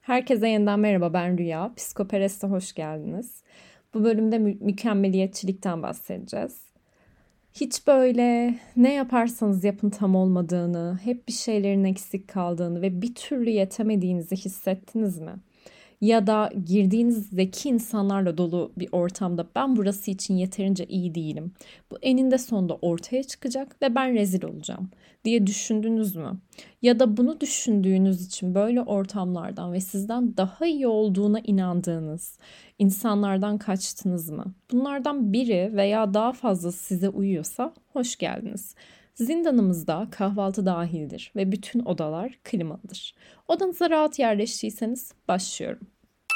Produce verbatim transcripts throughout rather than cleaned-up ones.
Herkese yeniden merhaba, ben Rüya. Psikoperest'e hoş geldiniz. Bu bölümde mü- mükemmeliyetçilikten bahsedeceğiz. Hiç böyle ne yaparsanız yapın tam olmadığını, hep bir şeylerin eksik kaldığını ve bir türlü yetemediğinizi hissettiniz mi? Ya da girdiğiniz zeki insanlarla dolu bir ortamda ben burası için yeterince iyi değilim. Bu eninde sonunda ortaya çıkacak ve ben rezil olacağım diye düşündünüz mü? Ya da bunu düşündüğünüz için böyle ortamlardan ve sizden daha iyi olduğuna inandığınız insanlardan kaçtınız mı? Bunlardan biri veya daha fazlası size uyuyorsa hoş geldiniz. Zindanımızda kahvaltı dahildir ve bütün odalar klimalıdır. Odanıza rahat yerleştiyseniz başlıyorum.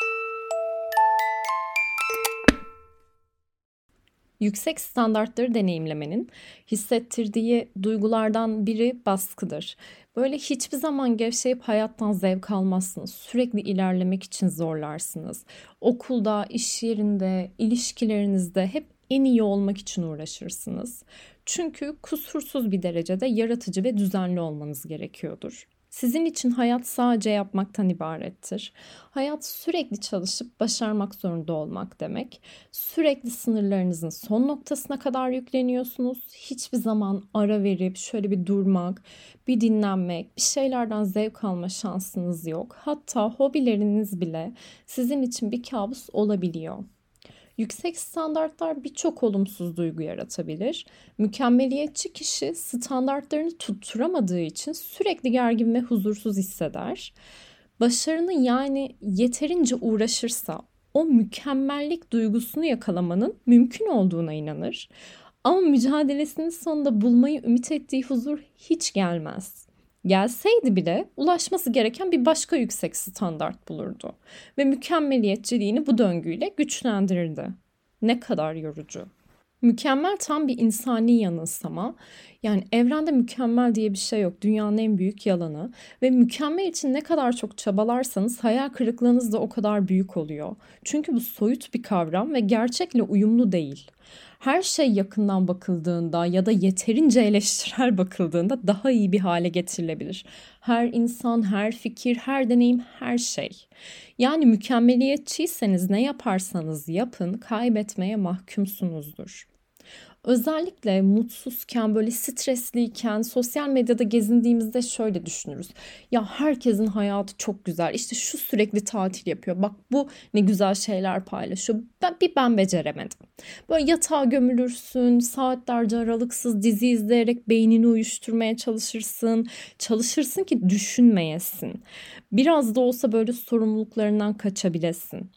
Yüksek standartları deneyimlemenin hissettirdiği duygulardan biri baskıdır. Böyle hiçbir zaman gevşeyip hayattan zevk almazsınız. Sürekli ilerlemek için zorlarsınız. Okulda, iş yerinde, ilişkilerinizde hep en iyi olmak için uğraşırsınız. Çünkü kusursuz bir derecede yaratıcı ve düzenli olmanız gerekiyordur. Sizin için hayat sadece yapmaktan ibarettir. Hayat sürekli çalışıp başarmak zorunda olmak demek. Sürekli sınırlarınızın son noktasına kadar yükleniyorsunuz. Hiçbir zaman ara verip şöyle bir durmak, bir dinlenmek, bir şeylerden zevk alma şansınız yok. Hatta hobileriniz bile sizin için bir kabus olabiliyor. Yüksek standartlar birçok olumsuz duygu yaratabilir. Mükemmeliyetçi kişi standartlarını tutturamadığı için sürekli gergin ve huzursuz hisseder. Başarının yani yeterince uğraşırsa o mükemmellik duygusunu yakalamanın mümkün olduğuna inanır. Ama mücadelesinin sonunda bulmayı ümit ettiği huzur hiç gelmez. Gelseydi bile ulaşması gereken bir başka yüksek standart bulurdu ve mükemmeliyetçiliğini bu döngüyle güçlendirirdi. Ne kadar yorucu. Mükemmel tam bir insani yanılsama. Yani evrende mükemmel diye bir şey yok. Dünyanın en büyük yalanı. Ve mükemmel için ne kadar çok çabalarsanız hayal kırıklığınız da o kadar büyük oluyor. Çünkü bu soyut bir kavram ve gerçekle uyumlu değil. Her şey yakından bakıldığında ya da yeterince eleştirel bakıldığında daha iyi bir hale getirilebilir. Her insan, her fikir, her deneyim, her şey. Yani mükemmeliyetçiyseniz ne yaparsanız yapın kaybetmeye mahkumsunuzdur. Özellikle mutsuzken, böyle stresliyken, sosyal medyada gezindiğimizde şöyle düşünürüz. Ya herkesin hayatı çok güzel. İşte şu sürekli tatil yapıyor. Bak bu ne güzel şeyler paylaşıyor. Ben, bir ben beceremedim. Böyle yatağa gömülürsün, saatlerce aralıksız dizi izleyerek beynini uyuşturmaya çalışırsın. Çalışırsın ki düşünmeyesin. Biraz da olsa böyle sorumluluklarından kaçabilesin.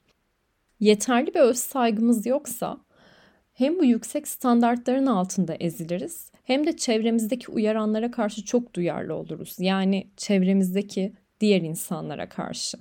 Yeterli bir öz saygımız yoksa hem bu yüksek standartların altında eziliriz, hem de çevremizdeki uyaranlara karşı çok duyarlı oluruz. Yani çevremizdeki diğer insanlara karşı.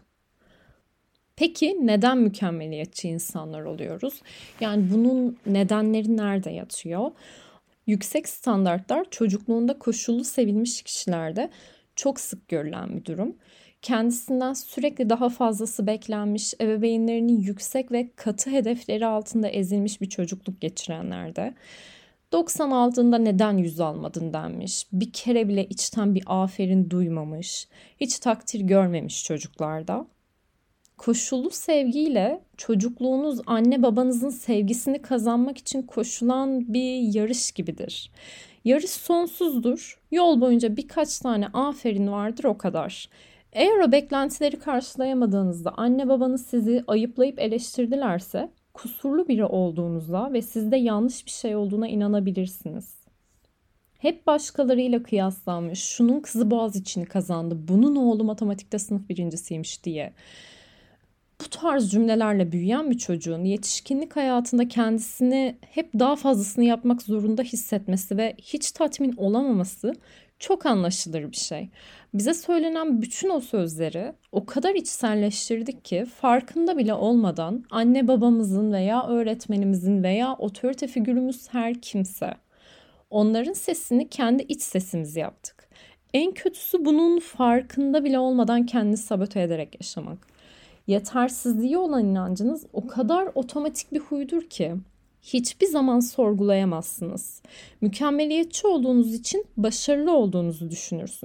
Peki neden mükemmeliyetçi insanlar oluyoruz? Yani bunun nedenleri nerede yatıyor? Yüksek standartlar çocukluğunda koşullu sevilmiş kişilerde çok sık görülen bir durum. Kendisinden sürekli daha fazlası beklenmiş, ebeveynlerinin yüksek ve katı hedefleri altında ezilmiş bir çocukluk geçirenlerde. doksan aldığında neden yüz almadın denmiş. Bir kere bile içten bir aferin duymamış, hiç takdir görmemiş çocuklarda. Koşullu sevgiyle çocukluğunuz anne babanızın sevgisini kazanmak için koşulan bir yarış gibidir. Yarış sonsuzdur. Yol boyunca birkaç tane aferin vardır o kadar. Eğer o beklentileri karşılayamadığınızda anne babanız sizi ayıplayıp eleştirdilerse kusurlu biri olduğunuza ve sizde yanlış bir şey olduğuna inanabilirsiniz. Hep başkalarıyla kıyaslanmış, şunun kızı Boğaziçi'ni kazandı, bunun oğlu matematikte sınıf birincisiymiş diye. Bu tarz cümlelerle büyüyen bir çocuğun yetişkinlik hayatında kendisini hep daha fazlasını yapmak zorunda hissetmesi ve hiç tatmin olamaması çok anlaşılır bir şey. Bize söylenen bütün o sözleri o kadar içselleştirdik ki farkında bile olmadan anne babamızın veya öğretmenimizin veya otorite figürümüz her kimse, onların sesini kendi iç sesimiz yaptık. En kötüsü bunun farkında bile olmadan kendini sabote ederek yaşamak. Yetersizliğe olan inancınız o kadar otomatik bir huydur ki hiçbir zaman sorgulayamazsınız. Mükemmeliyetçi olduğunuz için başarılı olduğunuzu düşünürsünüz.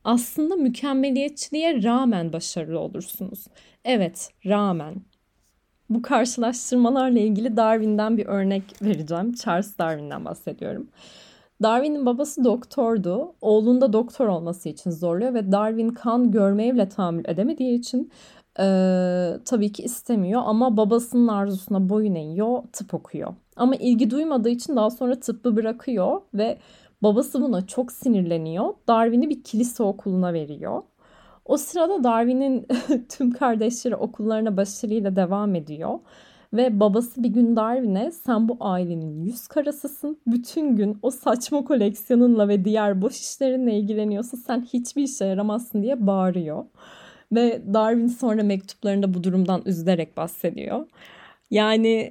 Aslında mükemmeliyetçiliğe rağmen başarılı olursunuz. Evet, rağmen. Bu karşılaştırmalarla ilgili Darwin'den bir örnek vereceğim. Charles Darwin'den bahsediyorum. Darwin'in babası doktordu. Oğlunun da doktor olması için zorluyor ve Darwin kan görmeye bile tahammül edemediği için eee, tabii ki istemiyor ama babasının arzusuna boyun eğiyor, tıp okuyor. Ama ilgi duymadığı için daha sonra tıbbı bırakıyor ve babası buna çok sinirleniyor. Darwin'i bir kilise okuluna veriyor. O sırada Darwin'in tüm kardeşleri okullarına başarıyla devam ediyor. Ve babası bir gün Darwin'e sen bu ailenin yüz karasısın. Bütün gün o saçma koleksiyonunla ve diğer boş işlerinle ilgileniyorsa sen hiçbir işe yaramazsın diye bağırıyor. Ve Darwin sonra mektuplarında bu durumdan üzülerek bahsediyor. Yani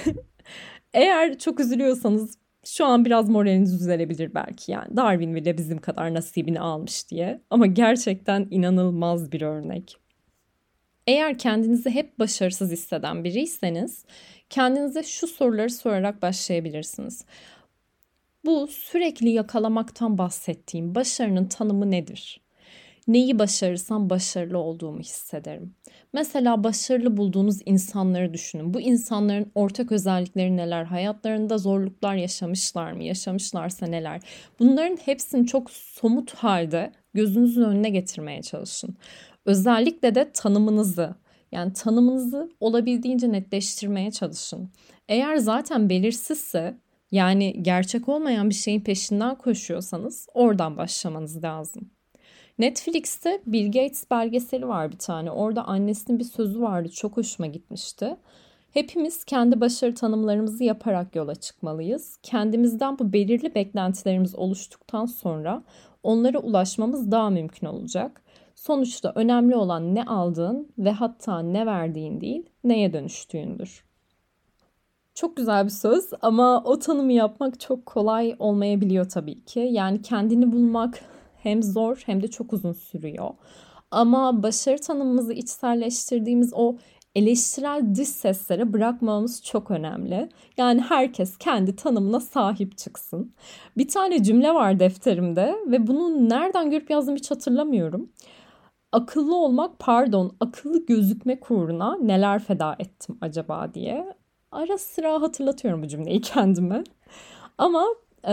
eğer çok üzülüyorsanız şu an biraz moraliniz düzelebilir belki yani. Darwin bile bizim kadar nasibini almış diye. Ama gerçekten inanılmaz bir örnek. Eğer kendinizi hep başarısız hisseden biriyseniz kendinize şu soruları sorarak başlayabilirsiniz. Bu sürekli yakalamaktan bahsettiğim başarının tanımı nedir? Neyi başarırsam başarılı olduğumu hissederim. Mesela başarılı bulduğunuz insanları düşünün. Bu insanların ortak özellikleri neler? Hayatlarında zorluklar yaşamışlar mı? Yaşamışlarsa neler? Bunların hepsini çok somut halde gözünüzün önüne getirmeye çalışın. Özellikle de tanımınızı, yani tanımınızı olabildiğince netleştirmeye çalışın. Eğer zaten belirsizse, yani gerçek olmayan bir şeyin peşinden koşuyorsanız oradan başlamanız lazım. Netflix'te Bill Gates belgeseli var bir tane. Orada annesinin bir sözü vardı. Çok hoşuma gitmişti. Hepimiz kendi başarı tanımlarımızı yaparak yola çıkmalıyız. Kendimizden bu belirli beklentilerimiz oluştuktan sonra onlara ulaşmamız daha mümkün olacak. Sonuçta önemli olan ne aldığın ve hatta ne verdiğin değil, neye dönüştüğündür. Çok güzel bir söz ama o tanımı yapmak çok kolay olmayabiliyor tabii ki. Yani kendini bulmak hem zor hem de çok uzun sürüyor. Ama başarı tanımımızı içselleştirdiğimiz o eleştirel dış seslere bırakmamamız çok önemli. Yani herkes kendi tanımına sahip çıksın. Bir tane cümle var defterimde ve bunu nereden görüp yazdığımı hiç hatırlamıyorum. Akıllı olmak, pardon, akıllı gözükmek uğruna neler feda ettim acaba diye. Ara sıra hatırlatıyorum bu cümleyi kendime. Ama e,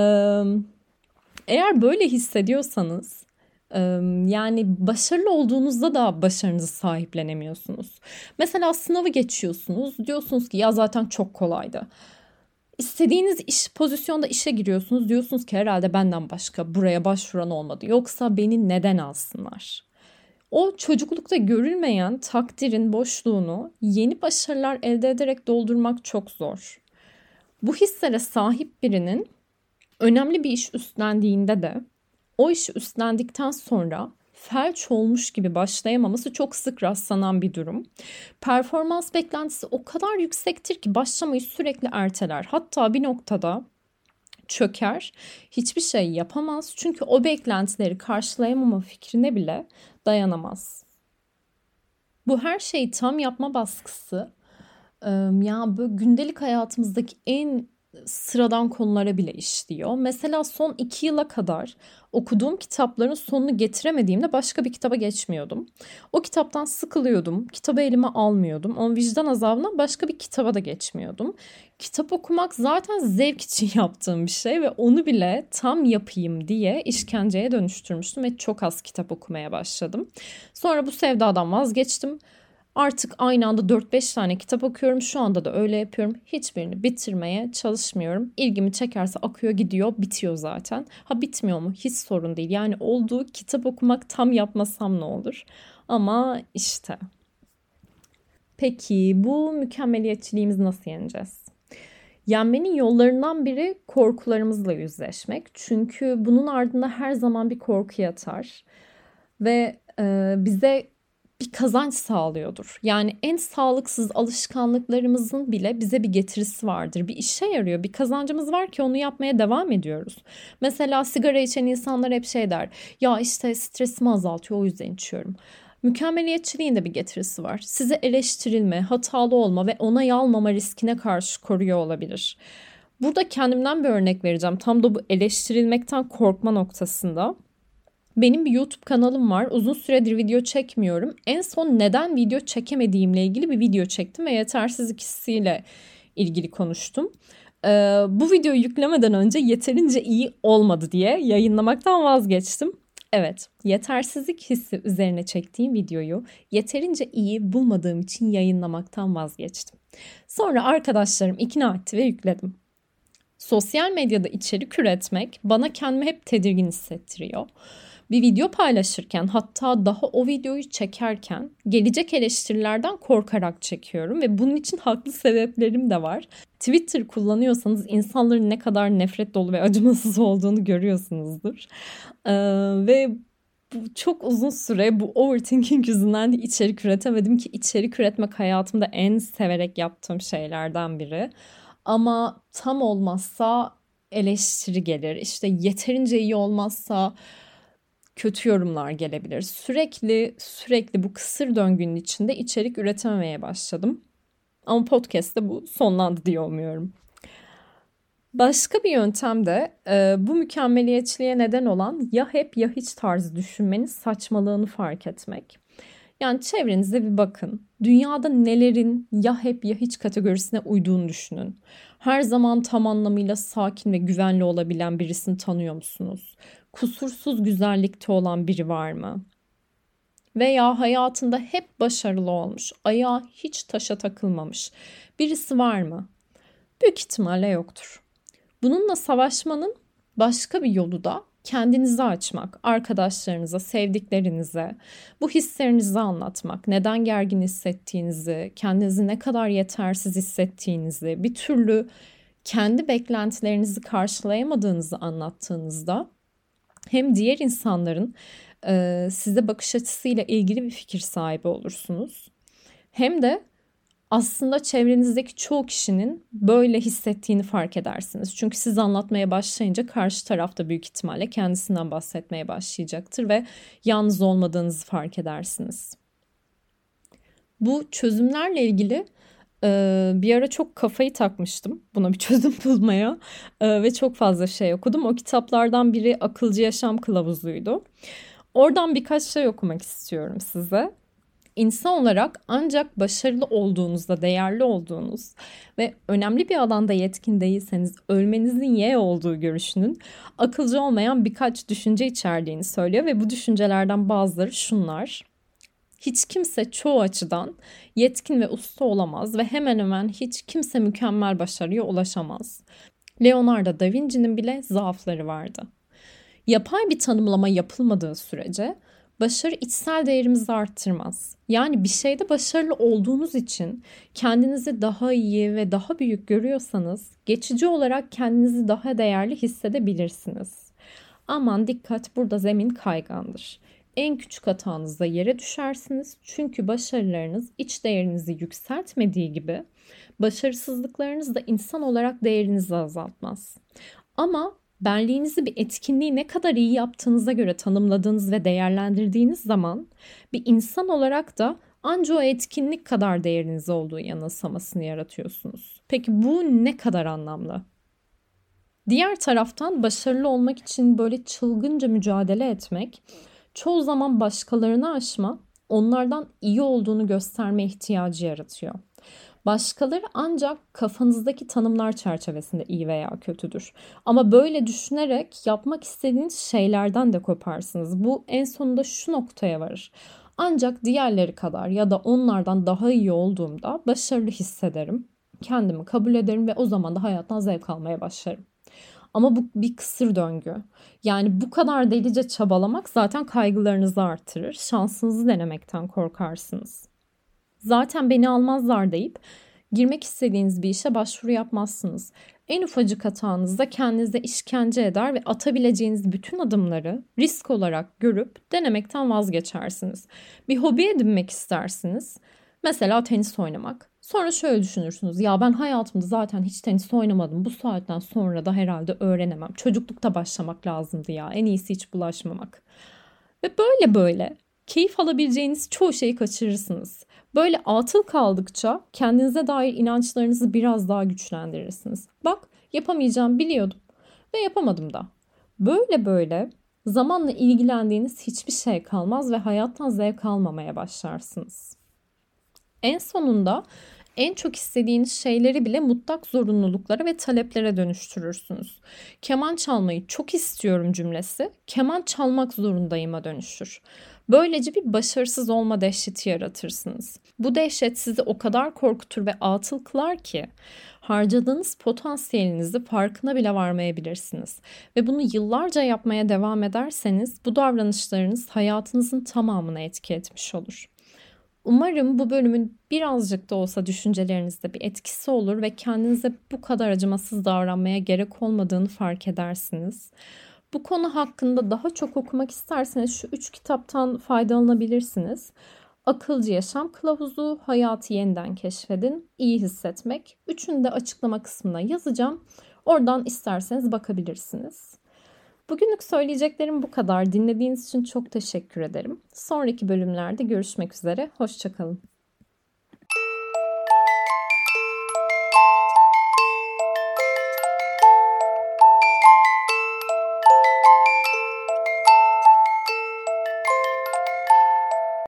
eğer böyle hissediyorsanız, e, yani başarılı olduğunuzda da başarınızı sahiplenemiyorsunuz. Mesela sınavı geçiyorsunuz, diyorsunuz ki ya zaten çok kolaydı. İstediğiniz iş pozisyonda işe giriyorsunuz, diyorsunuz ki herhalde benden başka buraya başvuran olmadı. Yoksa beni neden alsınlar? O çocuklukta görülmeyen takdirin boşluğunu yeni başarılar elde ederek doldurmak çok zor. Bu hislere sahip birinin önemli bir iş üstlendiğinde de o işi üstlendikten sonra felç olmuş gibi başlayamaması çok sık rastlanan bir durum. Performans beklentisi o kadar yüksektir ki başlamayı sürekli erteler. Hatta bir noktada çöker, hiçbir şey yapamaz çünkü o beklentileri karşılayamama fikrine bile dayanamaz. Bu her şeyi tam yapma baskısı ya böyle gündelik hayatımızdaki en sıradan konulara bile işliyor. Mesela son iki yıla kadar okuduğum kitapların sonunu getiremediğimde başka bir kitaba geçmiyordum. O kitaptan sıkılıyordum, kitabı elime almıyordum. Ama vicdan azabına başka bir kitaba da geçmiyordum. Kitap okumak zaten zevk için yaptığım bir şey ve onu bile tam yapayım diye işkenceye dönüştürmüştüm ve çok az kitap okumaya başladım. Sonra bu sevdadan vazgeçtim. Artık aynı anda dört beş tane kitap okuyorum. Şu anda da öyle yapıyorum. Hiçbirini bitirmeye çalışmıyorum. İlgimi çekerse akıyor gidiyor, bitiyor zaten. Ha bitmiyor mu? Hiç sorun değil. Yani olduğu kitap okumak tam yapmasam ne olur? Ama işte. Peki bu mükemmeliyetçiliğimizi nasıl yeneceğiz? Yenmenin yollarından biri korkularımızla yüzleşmek. Çünkü bunun ardında her zaman bir korku yatar. Ve e, bize bir kazanç sağlıyordur. Yani en sağlıksız alışkanlıklarımızın bile bize bir getirisi vardır. Bir işe yarıyor, bir kazancımız var ki onu yapmaya devam ediyoruz. Mesela sigara içen insanlar hep şey der. Ya işte stresimi azaltıyor o yüzden içiyorum. Mükemmeliyetçiliğin de bir getirisi var. Sizi eleştirilme, hatalı olma ve onay almama riskine karşı koruyor olabilir. Burada kendimden bir örnek vereceğim. Tam da bu eleştirilmekten korkma noktasında. Benim bir YouTube kanalım var. Uzun süredir video çekmiyorum. En son neden video çekemediğimle ilgili bir video çektim ve yetersizlik hissiyle ilgili konuştum. Ee, bu videoyu yüklemeden önce yeterince iyi olmadı diye yayınlamaktan vazgeçtim. Evet, yetersizlik hissi üzerine çektiğim videoyu yeterince iyi bulmadığım için yayınlamaktan vazgeçtim. Sonra arkadaşlarım ikna etti ve yükledim. Sosyal medyada içerik üretmek bana kendimi hep tedirgin hissettiriyor. Bir video paylaşırken, hatta daha o videoyu çekerken gelecek eleştirilerden korkarak çekiyorum ve bunun için haklı sebeplerim de var. Twitter kullanıyorsanız insanların ne kadar nefret dolu ve acımasız olduğunu görüyorsunuzdur. Ee, ve bu çok uzun süre bu overthinking yüzünden de içerik üretemedim ki içerik üretmek hayatımda en severek yaptığım şeylerden biri. Ama tam olmazsa eleştiri gelir. İşte yeterince iyi olmazsa kötü yorumlar gelebilir. Sürekli sürekli bu kısır döngünün içinde içerik üretememeye başladım. Ama podcast'te bu sonlandı diye umuyorum. Başka bir yöntem de e, bu mükemmeliyetçiliğe neden olan ya hep ya hiç tarzı düşünmenin saçmalığını fark etmek. Yani çevrenize bir bakın. Dünyada nelerin ya hep ya hiç kategorisine uyduğunu düşünün. Her zaman tam anlamıyla sakin ve güvenli olabilen birisini tanıyor musunuz? Kusursuz güzellikte olan biri var mı? Veya hayatında hep başarılı olmuş, ayağı hiç taşa takılmamış birisi var mı? Büyük ihtimalle yoktur. Bununla savaşmanın başka bir yolu da kendinizi açmak, arkadaşlarınıza, sevdiklerinize, bu hislerinizi anlatmak, neden gergin hissettiğinizi, kendinizi ne kadar yetersiz hissettiğinizi, bir türlü kendi beklentilerinizi karşılayamadığınızı anlattığınızda hem diğer insanların e, size bakış açısıyla ilgili bir fikir sahibi olursunuz. Hem de aslında çevrenizdeki çoğu kişinin böyle hissettiğini fark edersiniz. Çünkü siz anlatmaya başlayınca karşı taraf da büyük ihtimalle kendisinden bahsetmeye başlayacaktır ve yalnız olmadığınızı fark edersiniz. Bu çözümlerle ilgili e, bir ara çok kafayı takmıştım buna bir çözüm bulmaya e, ve çok fazla şey okudum. O kitaplardan biri Akılcı Yaşam Kılavuzu'ydu. Oradan birkaç şey okumak istiyorum size. İnsan olarak ancak başarılı olduğunuzda, değerli olduğunuz ve önemli bir alanda yetkin değilseniz ölmenizin yeğe olduğu görüşünün akılcı olmayan birkaç düşünce içerdiğini söylüyor ve bu düşüncelerden bazıları şunlar. Hiç kimse çoğu açıdan yetkin ve usta olamaz ve hemen hemen hiç kimse mükemmel başarıya ulaşamaz. Leonardo da Vinci'nin bile zaafları vardı. Yapay bir tanımlama yapılmadığı sürece başarı içsel değerimizi arttırmaz. Yani bir şeyde başarılı olduğunuz için kendinizi daha iyi ve daha büyük görüyorsanız geçici olarak kendinizi daha değerli hissedebilirsiniz. Aman dikkat, burada zemin kaygandır. En küçük hatanızda yere düşersiniz çünkü başarılarınız iç değerinizi yükseltmediği gibi başarısızlıklarınız da insan olarak değerinizi azaltmaz. Ama benliğinizi bir etkinliği ne kadar iyi yaptığınıza göre tanımladığınız ve değerlendirdiğiniz zaman bir insan olarak da ancak o etkinlik kadar değeriniz olduğu yanılsamasını yaratıyorsunuz. Peki bu ne kadar anlamlı? Diğer taraftan başarılı olmak için böyle çılgınca mücadele etmek çoğu zaman başkalarını aşma, onlardan iyi olduğunu gösterme ihtiyacı yaratıyor. Başkaları ancak kafanızdaki tanımlar çerçevesinde iyi veya kötüdür. Ama böyle düşünerek yapmak istediğiniz şeylerden de koparsınız. Bu en sonunda şu noktaya varır. Ancak diğerleri kadar ya da onlardan daha iyi olduğumda başarılı hissederim. Kendimi kabul ederim ve o zaman da hayattan zevk almaya başlarım. Ama bu bir kısır döngü. Yani bu kadar delice çabalamak zaten kaygılarınızı artırır. Şansınızı denemekten korkarsınız. Zaten beni almazlar deyip girmek istediğiniz bir işe başvuru yapmazsınız. En ufacık hatanızda kendinize işkence eder ve atabileceğiniz bütün adımları risk olarak görüp denemekten vazgeçersiniz. Bir hobi edinmek istersiniz. Mesela tenis oynamak. Sonra şöyle düşünürsünüz. Ya ben hayatımda zaten hiç tenis oynamadım. Bu saatten sonra da herhalde öğrenemem. Çocuklukta başlamak lazımdı ya. En iyisi hiç bulaşmamak. Ve böyle böyle keyif alabileceğiniz çoğu şeyi kaçırırsınız. Böyle atıl kaldıkça kendinize dair inançlarınızı biraz daha güçlendirirsiniz. Bak, yapamayacağım biliyordum ve yapamadım da. Böyle böyle Zamanla ilgilendiğiniz hiçbir şey kalmaz ve hayattan zevk almamaya başlarsınız. En sonunda en çok istediğiniz şeyleri bile mutlak zorunluluklara ve taleplere dönüştürürsünüz. Keman çalmayı çok istiyorum cümlesi, keman çalmak zorundayıma dönüşür. Böylece bir başarısız olma dehşeti yaratırsınız. Bu dehşet sizi o kadar korkutur ve atıl kılar ki harcadığınız potansiyelinizin farkına bile varmayabilirsiniz. Ve bunu yıllarca yapmaya devam ederseniz bu davranışlarınız hayatınızın tamamına etki etmiş olur. Umarım bu bölümün birazcık da olsa düşüncelerinizde bir etkisi olur ve kendinize bu kadar acımasız davranmaya gerek olmadığını fark edersiniz. Bu konu hakkında daha çok okumak isterseniz şu üç kitaptan faydalanabilirsiniz. Akılcı Yaşam Kılavuzu, Hayatı Yeniden Keşfedin, İyi Hissetmek. Üçünü de açıklama kısmına yazacağım. Oradan isterseniz bakabilirsiniz. Bugünlük söyleyeceklerim bu kadar. Dinlediğiniz için çok teşekkür ederim. Sonraki bölümlerde görüşmek üzere. Hoşça kalın.